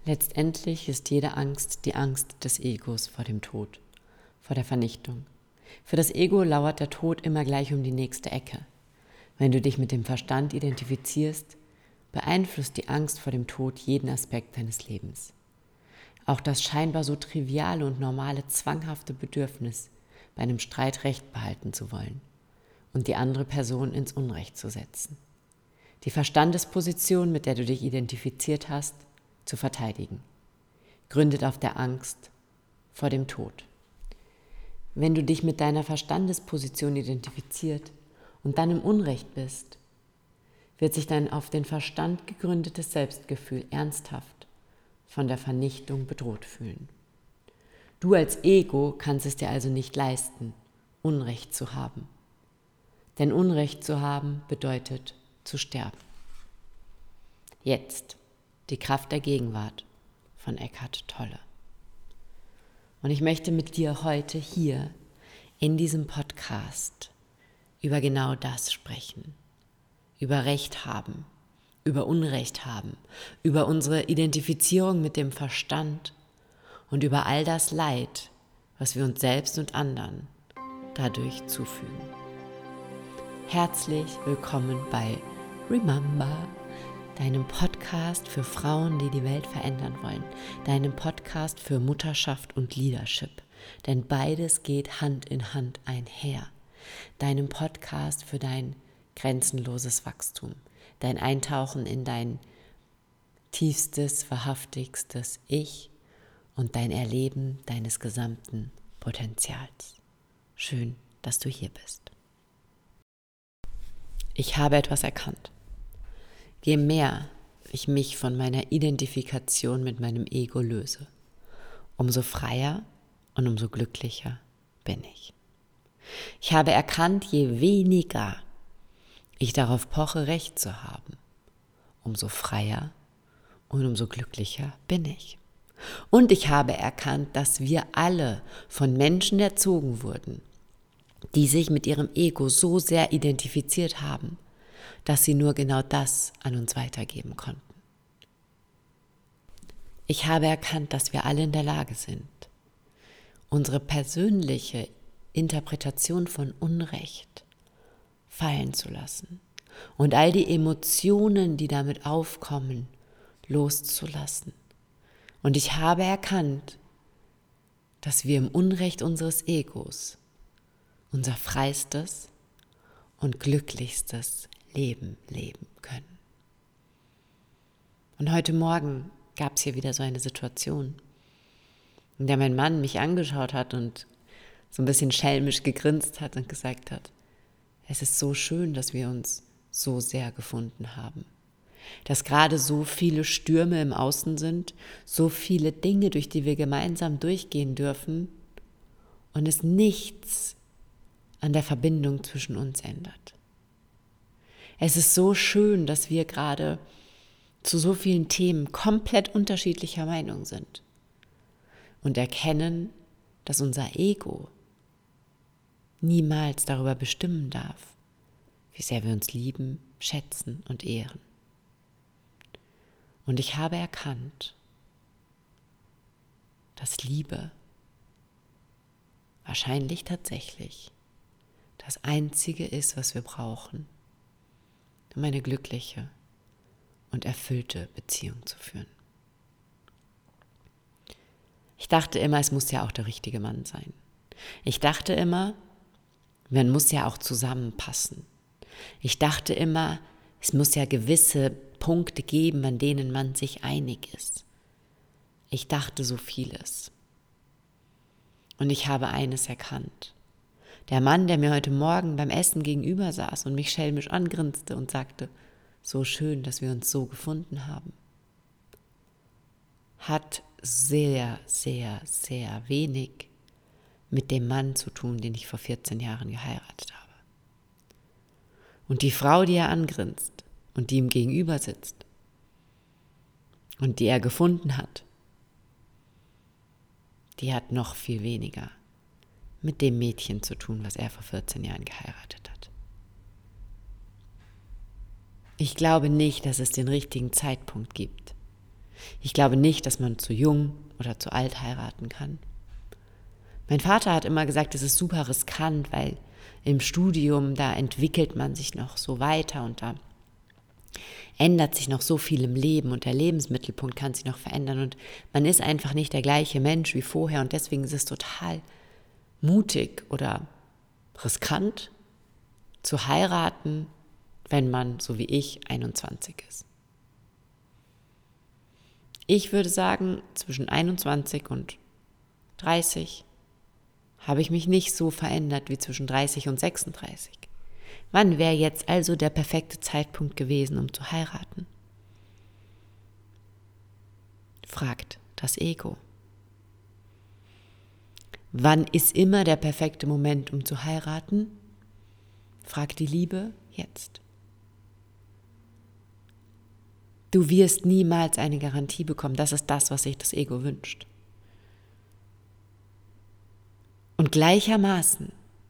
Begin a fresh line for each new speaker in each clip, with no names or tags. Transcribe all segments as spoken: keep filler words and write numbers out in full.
Letztendlich ist jede Angst die Angst des Egos vor dem Tod, vor der Vernichtung. Für das Ego lauert der Tod immer gleich um die nächste Ecke. Wenn du dich mit dem Verstand identifizierst, beeinflusst die Angst vor dem Tod jeden Aspekt deines Lebens. Auch das scheinbar so triviale und normale zwanghafte Bedürfnis, bei einem Streit Recht behalten zu wollen und die andere Person ins Unrecht zu setzen. Die Verstandesposition, mit der du dich identifiziert hast, zu verteidigen, gründet auf der Angst vor dem Tod. Wenn du dich mit deiner Verstandesposition identifiziert und dann im Unrecht bist, wird sich dein auf den Verstand gegründetes Selbstgefühl ernsthaft von der Vernichtung bedroht fühlen. Du als Ego kannst es dir also nicht leisten, Unrecht zu haben. Denn Unrecht zu haben bedeutet zu sterben. Jetzt die Kraft der Gegenwart von Eckhart Tolle. Und ich möchte mit dir heute hier in diesem Podcast über genau das sprechen. Über Recht haben, über Unrecht haben, über unsere Identifizierung mit dem Verstand und über all das Leid, was wir uns selbst und anderen dadurch zufügen. Herzlich willkommen bei Remember, deinem Podcast für Frauen, die die Welt verändern wollen, deinem Podcast für Mutterschaft und Leadership, denn beides geht Hand in Hand einher, deinem Podcast für dein grenzenloses Wachstum, dein Eintauchen in dein tiefstes, wahrhaftigstes Ich und dein Erleben deines gesamten Potenzials. Schön, dass du hier bist. Ich habe etwas erkannt. Je mehr ich mich von meiner Identifikation mit meinem Ego löse, umso freier und umso glücklicher bin ich. Ich habe erkannt, je weniger ich darauf poche, Recht zu haben, umso freier und umso glücklicher bin ich. Und ich habe erkannt, dass wir alle von Menschen erzogen wurden, die sich mit ihrem Ego so sehr identifiziert haben, dass sie nur genau das an uns weitergeben konnten. Ich habe erkannt, dass wir alle in der Lage sind, unsere persönliche Interpretation von Unrecht fallen zu lassen und all die Emotionen, die damit aufkommen, loszulassen. Und ich habe erkannt, dass wir im Unrecht unseres Egos unser freistes und glücklichstes Leben leben können. Und heute Morgen gab es hier wieder so eine Situation, in der mein Mann mich angeschaut hat und so ein bisschen schelmisch gegrinst hat und gesagt hat, es ist so schön, dass wir uns so sehr gefunden haben. Dass gerade so viele Stürme im Außen sind, so viele Dinge, durch die wir gemeinsam durchgehen dürfen und es nichts an der Verbindung zwischen uns ändert. Es ist so schön, dass wir gerade zu so vielen Themen komplett unterschiedlicher Meinung sind und erkennen, dass unser Ego niemals darüber bestimmen darf, wie sehr wir uns lieben, schätzen und ehren. Und ich habe erkannt, dass Liebe wahrscheinlich tatsächlich das Einzige ist, was wir brauchen, um eine glückliche und erfüllte Beziehung zu führen. Ich dachte immer, es muss ja auch der richtige Mann sein. Ich dachte immer, man muss ja auch zusammenpassen. Ich dachte immer, es muss ja gewisse Punkte geben, an denen man sich einig ist. Ich dachte so vieles. Und ich habe eines erkannt. Der Mann, der mir heute Morgen beim Essen gegenüber saß und mich schelmisch angrinste und sagte, so schön, dass wir uns so gefunden haben, hat sehr, sehr, sehr wenig mit dem Mann zu tun, den ich vor vierzehn Jahren geheiratet habe. Und die Frau, die er angrinst und die ihm gegenüber sitzt und die er gefunden hat, die hat noch viel weniger mit dem Mädchen zu tun, was er vor vierzehn Jahren geheiratet hat. Ich glaube nicht, dass es den richtigen Zeitpunkt gibt. Ich glaube nicht, dass man zu jung oder zu alt heiraten kann. Mein Vater hat immer gesagt, es ist super riskant, weil im Studium, da entwickelt man sich noch so weiter und da ändert sich noch so viel im Leben und der Lebensmittelpunkt kann sich noch verändern und man ist einfach nicht der gleiche Mensch wie vorher und deswegen ist es total mutig oder riskant zu heiraten, wenn man, so wie ich, einundzwanzig ist. Ich würde sagen, zwischen einundzwanzig und dreißig habe ich mich nicht so verändert wie zwischen dreißig und sechsunddreißig. Wann wäre jetzt also der perfekte Zeitpunkt gewesen, um zu heiraten? Fragt das Ego. Wann ist immer der perfekte Moment, um zu heiraten? Fragt die Liebe jetzt. Du wirst niemals eine Garantie bekommen. Das ist das, was sich das Ego wünscht. Und gleichermaßen,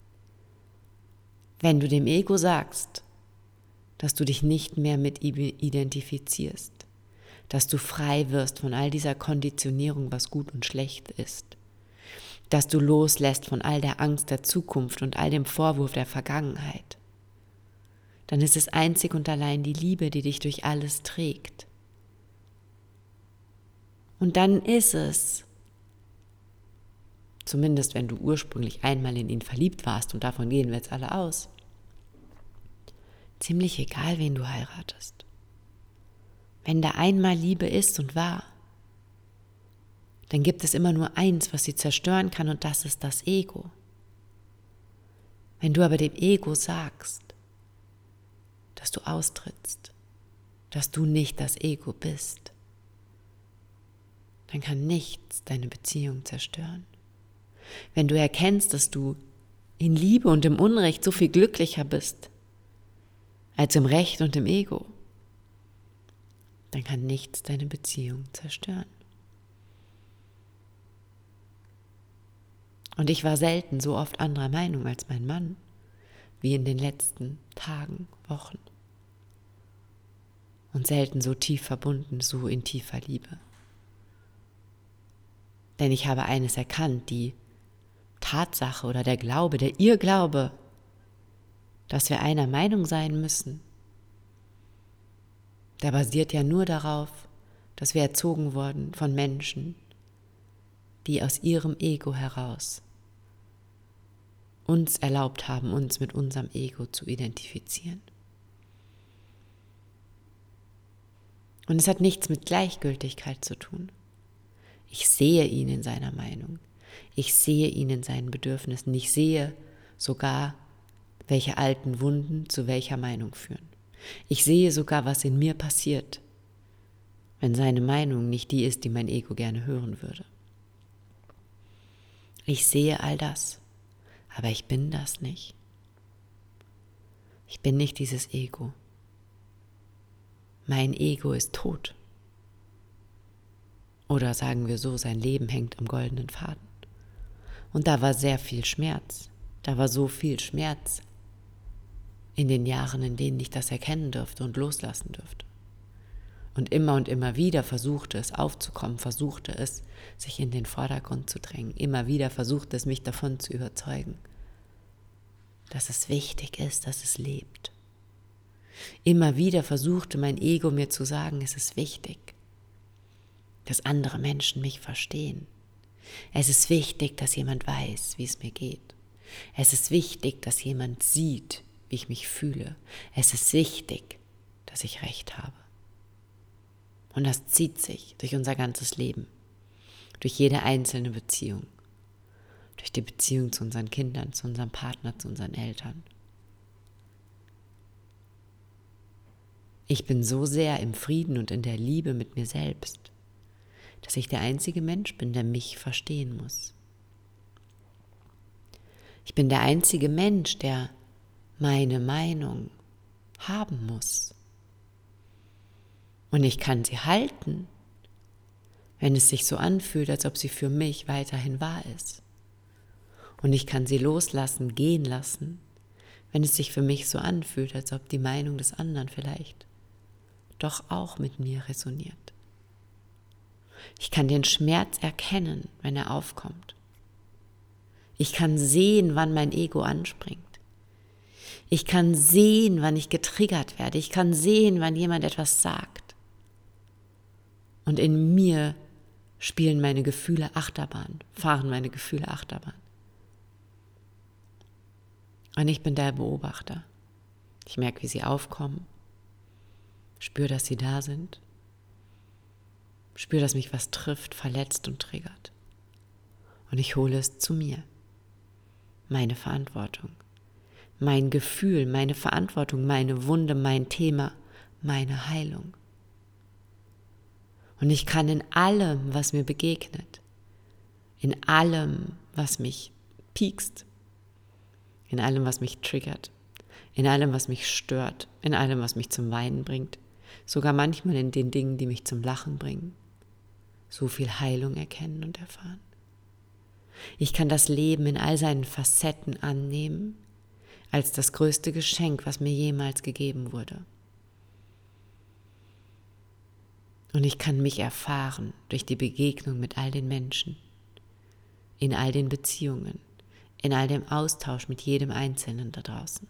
wenn du dem Ego sagst, dass du dich nicht mehr mit ihm identifizierst, dass du frei wirst von all dieser Konditionierung, was gut und schlecht ist, dass du loslässt von all der Angst der Zukunft und all dem Vorwurf der Vergangenheit, dann ist es einzig und allein die Liebe, die dich durch alles trägt. Und dann ist es, zumindest wenn du ursprünglich einmal in ihn verliebt warst, und davon gehen wir jetzt alle aus, ziemlich egal, wen du heiratest. Wenn da einmal Liebe ist und war, dann gibt es immer nur eins, was sie zerstören kann, und das ist das Ego. Wenn du aber dem Ego sagst, dass du austrittst, dass du nicht das Ego bist, dann kann nichts deine Beziehung zerstören. Wenn du erkennst, dass du in Liebe und im Unrecht so viel glücklicher bist, als im Recht und im Ego, dann kann nichts deine Beziehung zerstören. Und ich war selten so oft anderer Meinung als mein Mann, wie in den letzten Tagen, Wochen. Und selten so tief verbunden, so in tiefer Liebe. Denn ich habe eines erkannt, die Tatsache oder der Glaube, der Irrglaube, dass wir einer Meinung sein müssen, der basiert ja nur darauf, dass wir erzogen wurden von Menschen, die aus ihrem Ego heraus uns erlaubt haben, uns mit unserem Ego zu identifizieren. Und es hat nichts mit Gleichgültigkeit zu tun. Ich sehe ihn in seiner Meinung. Ich sehe ihn in seinen Bedürfnissen. Ich sehe sogar, welche alten Wunden zu welcher Meinung führen. Ich sehe sogar, was in mir passiert, wenn seine Meinung nicht die ist, die mein Ego gerne hören würde. Ich sehe all das, aber ich bin das nicht. Ich bin nicht dieses Ego. Mein Ego ist tot. Oder sagen wir so, sein Leben hängt am goldenen Faden. Und da war sehr viel Schmerz. Da war so viel Schmerz in den Jahren, in denen ich das erkennen durfte und loslassen durfte. Und immer und immer wieder versuchte es aufzukommen, versuchte es, sich in den Vordergrund zu drängen. Immer wieder versuchte es, mich davon zu überzeugen, dass es wichtig ist, dass es lebt. Immer wieder versuchte mein Ego mir zu sagen, es ist wichtig, dass andere Menschen mich verstehen. Es ist wichtig, dass jemand weiß, wie es mir geht. Es ist wichtig, dass jemand sieht, wie ich mich fühle. Es ist wichtig, dass ich Recht habe. Und das zieht sich durch unser ganzes Leben, durch jede einzelne Beziehung, durch die Beziehung zu unseren Kindern, zu unserem Partner, zu unseren Eltern. Ich bin so sehr im Frieden und in der Liebe mit mir selbst, dass ich der einzige Mensch bin, der mich verstehen muss. Ich bin der einzige Mensch, der meine Meinung haben muss. Und ich kann sie halten, wenn es sich so anfühlt, als ob sie für mich weiterhin wahr ist. Und ich kann sie loslassen, gehen lassen, wenn es sich für mich so anfühlt, als ob die Meinung des anderen vielleicht doch auch mit mir resoniert. Ich kann den Schmerz erkennen, wenn er aufkommt. Ich kann sehen, wann mein Ego anspringt. Ich kann sehen, wann ich getriggert werde. Ich kann sehen, wann jemand etwas sagt. Und in mir spielen meine Gefühle Achterbahn, fahren meine Gefühle Achterbahn. Und ich bin der Beobachter. Ich merke, wie sie aufkommen, spüre, dass sie da sind, spüre, dass mich was trifft, verletzt und triggert. Und ich hole es zu mir. Meine Verantwortung, mein Gefühl, meine Verantwortung, meine Wunde, mein Thema, meine Heilung. Und ich kann in allem, was mir begegnet, in allem, was mich piekst, in allem, was mich triggert, in allem, was mich stört, in allem, was mich zum Weinen bringt, sogar manchmal in den Dingen, die mich zum Lachen bringen, so viel Heilung erkennen und erfahren. Ich kann das Leben in all seinen Facetten annehmen, als das größte Geschenk, was mir jemals gegeben wurde. Und ich kann mich erfahren durch die Begegnung mit all den Menschen, in all den Beziehungen, in all dem Austausch mit jedem Einzelnen da draußen.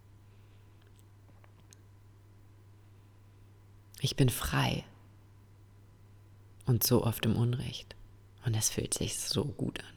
Ich bin frei und so oft im Unrecht. Und es fühlt sich so gut an.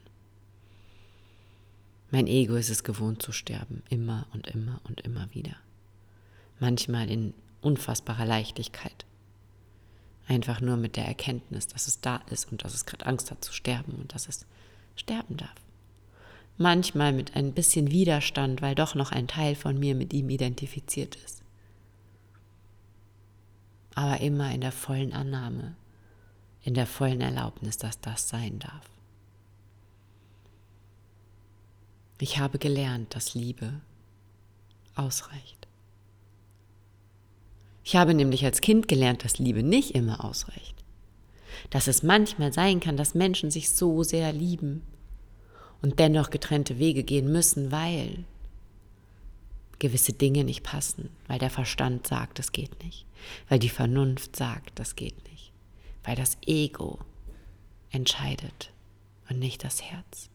Mein Ego ist es gewohnt zu sterben, immer und immer und immer wieder. Manchmal in unfassbarer Leichtigkeit. Einfach nur mit der Erkenntnis, dass es da ist und dass es gerade Angst hat zu sterben und dass es sterben darf. Manchmal mit ein bisschen Widerstand, weil doch noch ein Teil von mir mit ihm identifiziert ist. Aber immer in der vollen Annahme, in der vollen Erlaubnis, dass das sein darf. Ich habe gelernt, dass Liebe ausreicht. Ich habe nämlich als Kind gelernt, dass Liebe nicht immer ausreicht. Dass es manchmal sein kann, dass Menschen sich so sehr lieben und dennoch getrennte Wege gehen müssen, weil gewisse Dinge nicht passen, weil der Verstand sagt, das geht nicht, weil die Vernunft sagt, das geht nicht, weil das Ego entscheidet und nicht das Herz.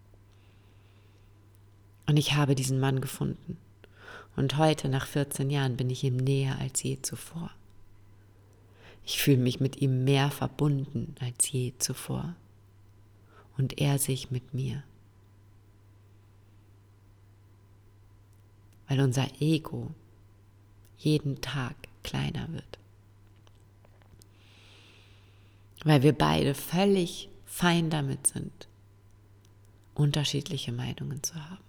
Und ich habe diesen Mann gefunden. Und heute, nach vierzehn Jahren, bin ich ihm näher als je zuvor. Ich fühle mich mit ihm mehr verbunden als je zuvor. Und er sich mit mir. Weil unser Ego jeden Tag kleiner wird. Weil wir beide völlig fein damit sind, unterschiedliche Meinungen zu haben.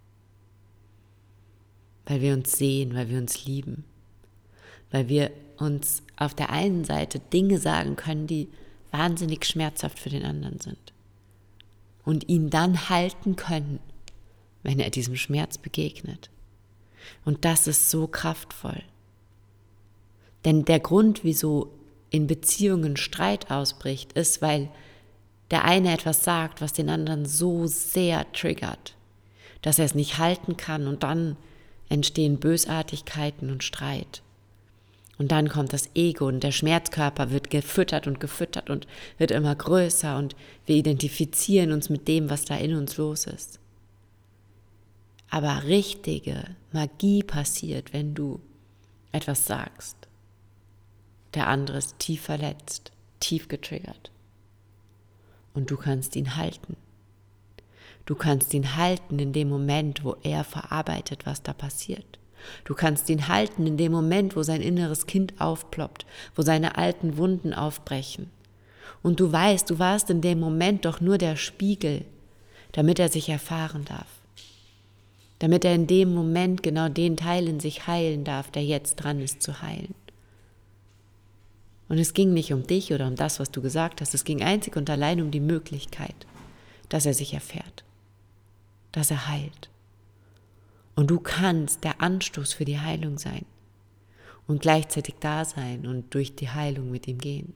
Weil wir uns sehen, weil wir uns lieben, weil wir uns auf der einen Seite Dinge sagen können, die wahnsinnig schmerzhaft für den anderen sind und ihn dann halten können, wenn er diesem Schmerz begegnet. Und das ist so kraftvoll. Denn der Grund, wieso in Beziehungen Streit ausbricht, ist, weil der eine etwas sagt, was den anderen so sehr triggert, dass er es nicht halten kann und dann entstehen Bösartigkeiten und Streit. Und dann kommt das Ego und der Schmerzkörper wird gefüttert und gefüttert und wird immer größer und wir identifizieren uns mit dem, was da in uns los ist. Aber richtige Magie passiert, wenn du etwas sagst. Der andere ist tief verletzt, tief getriggert. Und du kannst ihn halten. Du kannst ihn halten in dem Moment, wo er verarbeitet, was da passiert. Du kannst ihn halten in dem Moment, wo sein inneres Kind aufploppt, wo seine alten Wunden aufbrechen. Und du weißt, du warst in dem Moment doch nur der Spiegel, damit er sich erfahren darf. Damit er in dem Moment genau den Teil in sich heilen darf, der jetzt dran ist zu heilen. Und es ging nicht um dich oder um das, was du gesagt hast, es ging einzig und allein um die Möglichkeit, dass er sich erfährt. Dass er heilt. Und du kannst der Anstoß für die Heilung sein und gleichzeitig da sein und durch die Heilung mit ihm gehen.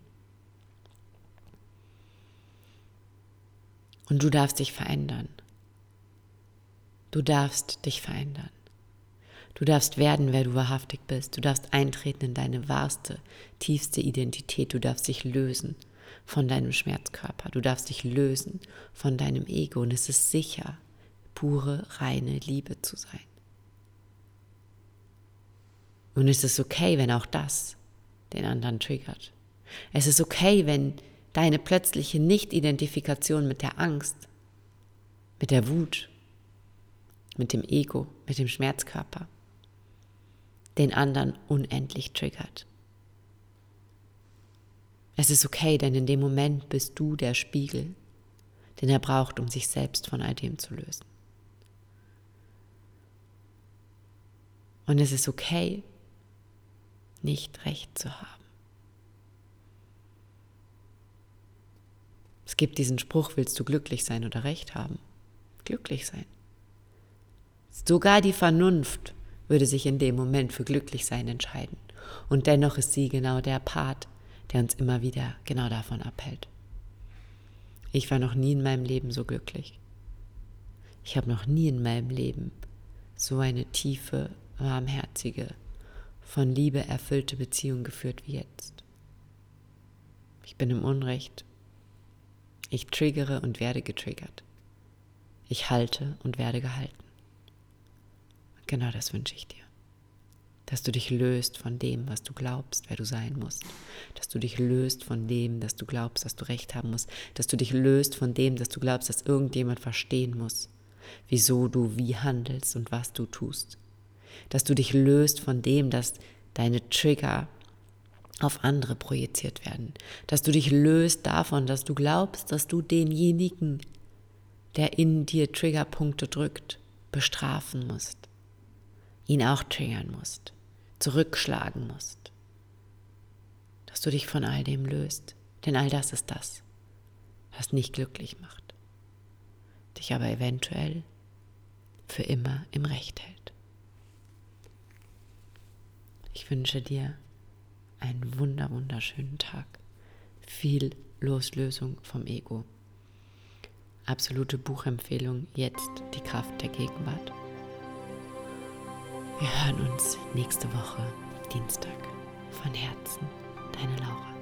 Und du darfst dich verändern. Du darfst dich verändern. Du darfst werden, wer du wahrhaftig bist. Du darfst eintreten in deine wahrste, tiefste Identität. Du darfst dich lösen von deinem Schmerzkörper. Du darfst dich lösen von deinem Ego und es ist sicher, pure, reine Liebe zu sein. Und es ist okay, wenn auch das den anderen triggert. Es ist okay, wenn deine plötzliche Nicht-Identifikation mit der Angst, mit der Wut, mit dem Ego, mit dem Schmerzkörper den anderen unendlich triggert. Es ist okay, denn in dem Moment bist du der Spiegel, den er braucht, um sich selbst von all dem zu lösen. Und es ist okay, nicht recht zu haben. Es gibt diesen Spruch, willst du glücklich sein oder recht haben? Glücklich sein. Sogar die Vernunft würde sich in dem Moment für glücklich sein entscheiden. Und dennoch ist sie genau der Part, der uns immer wieder genau davon abhält. Ich war noch nie in meinem Leben so glücklich. Ich habe noch nie in meinem Leben so eine tiefe, warmherzige, von Liebe erfüllte Beziehung geführt wie jetzt. Ich bin im Unrecht. Ich triggere und werde getriggert. Ich halte und werde gehalten. Und genau das wünsche ich dir. Dass du dich löst von dem, was du glaubst, wer du sein musst. Dass du dich löst von dem, dass du glaubst, dass du recht haben musst. Dass du dich löst von dem, dass du glaubst, dass irgendjemand verstehen muss, wieso du wie handelst und was du tust. Dass du dich löst von dem, dass deine Trigger auf andere projiziert werden. Dass du dich löst davon, dass du glaubst, dass du denjenigen, der in dir Triggerpunkte drückt, bestrafen musst. Ihn auch triggern musst, zurückschlagen musst. Dass du dich von all dem löst, denn all das ist das, was nicht glücklich macht, dich aber eventuell für immer im Recht hält. Ich wünsche dir einen wunder, wunderschönen Tag, viel Loslösung vom Ego. Absolute Buchempfehlung, jetzt die Kraft der Gegenwart. Wir hören uns nächste Woche, Dienstag. Von Herzen, deine Laura.